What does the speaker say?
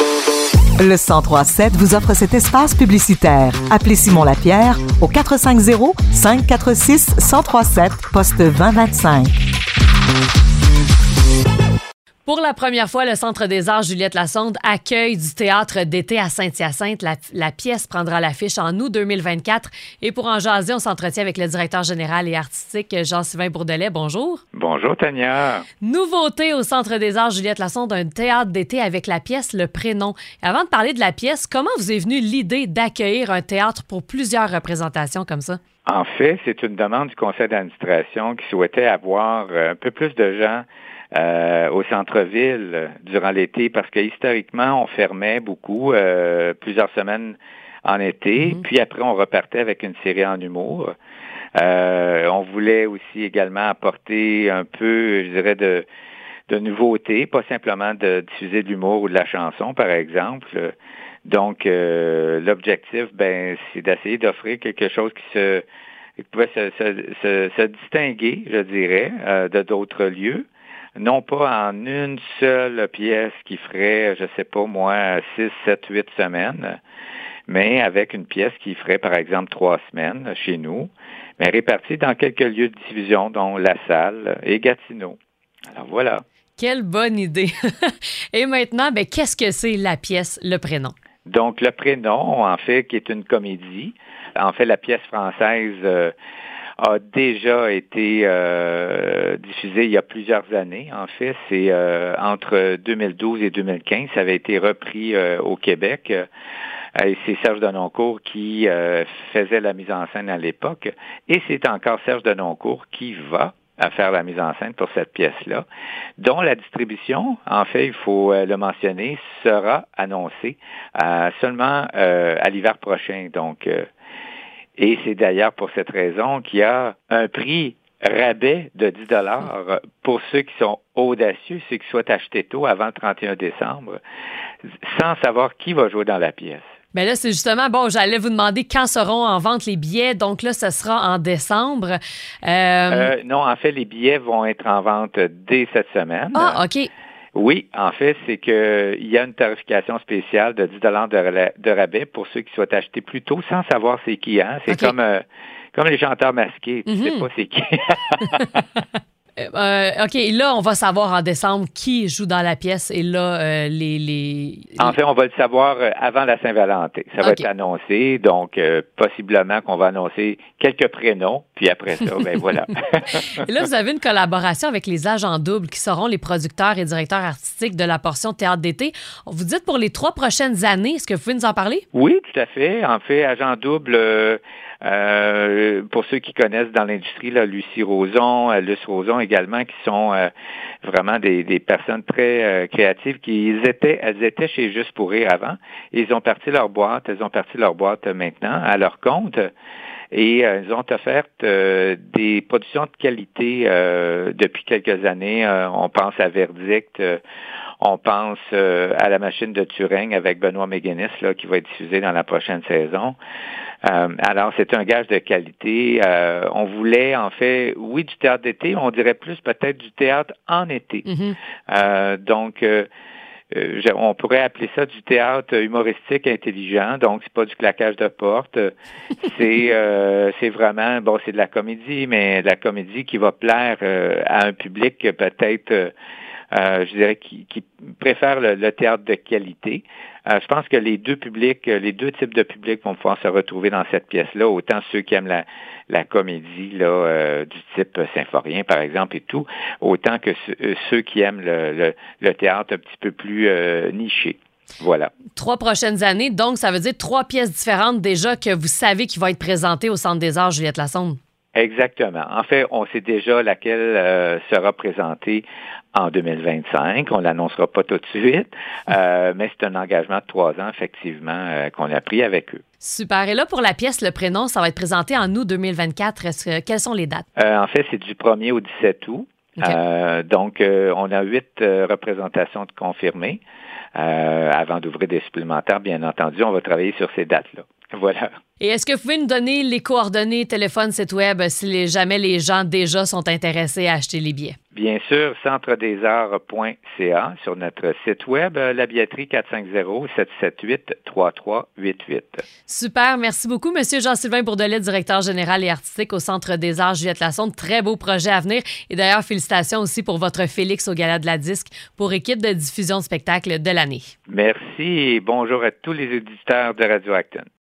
Le 1037 vous offre cet espace publicitaire. Appelez Simon Lapierre au 450-546-1037, poste 2025. Pour la première fois, le Centre des arts Juliette Lassonde accueille du théâtre d'été à Saint-Hyacinthe. La pièce prendra l'affiche en août 2024. Et pour en jaser, on s'entretient avec le directeur général et artistique Jean-Sylvain Bourdelet. Bonjour. Bonjour, Tania. Nouveauté au Centre des arts Juliette Lassonde, un théâtre d'été avec la pièce Le Prénom. Et avant de parler de la pièce, comment vous est venue l'idée d'accueillir un théâtre pour plusieurs représentations comme ça? En fait, c'est une demande du conseil d'administration qui souhaitait avoir un peu plus de gens au centre-ville durant l'été parce que historiquement, on fermait beaucoup, plusieurs semaines en été, puis après, on repartait avec une série en humour. On voulait aussi également apporter un peu, je dirais, de nouveautés, pas simplement de diffuser de l'humour ou de la chanson, par exemple. Donc, l'objectif, c'est d'essayer d'offrir quelque chose qui pouvait se distinguer, je dirais, de d'autres lieux. Non pas en une seule pièce qui ferait, je sais pas moi, 6, 7, 8 semaines, mais avec une pièce qui ferait, par exemple, 3 semaines chez nous, mais répartie dans quelques lieux de diffusion, dont La Salle et Gatineau. Alors voilà. Quelle bonne idée! Et maintenant, qu'est-ce que c'est la pièce Le Prénom? Donc, Le Prénom, en fait, qui est une comédie. En fait, la pièce française a déjà été diffusée il y a plusieurs années. En fait, c'est entre 2012 et 2015. Ça avait été repris au Québec. Et c'est Serge Denoncourt qui faisait la mise en scène à l'époque. Et c'est encore Serge Denoncourt qui va à faire la mise en scène pour cette pièce-là, dont la distribution, en fait, il faut le mentionner, sera annoncée seulement à l'hiver prochain. Donc, et c'est d'ailleurs pour cette raison qu'il y a un prix rabais de 10 $ pour ceux qui sont audacieux, ceux qui souhaitent acheter tôt avant le 31 décembre, sans savoir qui va jouer dans la pièce. Bien là, c'est justement, j'allais vous demander quand seront en vente les billets. Donc là, ce sera en décembre. Non, en fait, les billets vont être en vente dès cette semaine. Ah, OK. Oui, en fait, c'est que il y a une tarification spéciale de 10 $ de rabais pour ceux qui souhaitent acheter plus tôt sans savoir c'est qui. Hein? C'est okay. comme les chanteurs masqués. Tu sais pas c'est qui. OK, là, on va savoir en décembre qui joue dans la pièce. Et là, En fait, on va le savoir avant la Saint-Valentin. Ça va être annoncé, donc possiblement qu'on va annoncer quelques prénoms, puis après ça, voilà. Et là, vous avez une collaboration avec les Agents Doubles qui seront les producteurs et directeurs artistiques de la portion Théâtre d'été. Vous dites pour les 3 prochaines années, est-ce que vous pouvez nous en parler? Oui, tout à fait. En fait, Agents Doubles... pour ceux qui connaissent dans l'industrie, là, Lucie Rozon, Luce Rozon également, qui sont vraiment des personnes très créatives, elles étaient chez Juste pour rire avant. Elles ont parti leur boîte maintenant à leur compte. Et ils ont offert des productions de qualité depuis quelques années. On pense à Verdict, on pense à La Machine de Turing avec Benoît Méguénis, là, qui va être diffusé dans la prochaine saison. Alors, c'est un gage de qualité. On voulait, en fait, oui, du théâtre d'été, on dirait plus peut-être du théâtre en été. Donc, on pourrait appeler ça du théâtre humoristique intelligent. Donc, c'est pas du claquage de porte. C'est vraiment, c'est de la comédie, mais de la comédie qui va plaire à un public peut-être... je dirais, qui préfèrent le théâtre de qualité. Je pense que les deux types de publics vont pouvoir se retrouver dans cette pièce-là, autant ceux qui aiment la comédie là, du type symphorien, par exemple, et tout, autant que ceux qui aiment le théâtre un petit peu plus niché. Voilà. 3 prochaines années, donc ça veut dire 3 pièces différentes déjà que vous savez qui vont être présentées au Centre des arts Juliette Lassonde. Exactement. En fait, on sait déjà laquelle sera présentée en 2025. On l'annoncera pas tout de suite, mais c'est un engagement de 3 ans, effectivement, qu'on a pris avec eux. Super. Et là, pour la pièce Le Prénom, ça va être présenté en août 2024. Quelles sont les dates? En fait, c'est du 1er au 17 août. Okay. Donc, on a 8 représentations de confirmées. Avant d'ouvrir des supplémentaires, bien entendu, on va travailler sur ces dates-là. Voilà. Et est-ce que vous pouvez nous donner les coordonnées, téléphone, site web, si jamais les gens déjà sont intéressés à acheter les billets? Bien sûr, centredesarts.ca sur notre site web, la billetterie 450-778-3388. Super, merci beaucoup, Monsieur Jean-Sylvain Bourdelet, directeur général et artistique au Centre des Arts Juliette Lassonde. Très beau projet à venir. Et d'ailleurs, félicitations aussi pour votre Félix au Gala de la Disque pour équipe de diffusion de spectacle de l'année. Merci et bonjour à tous les auditeurs de Radio Acton.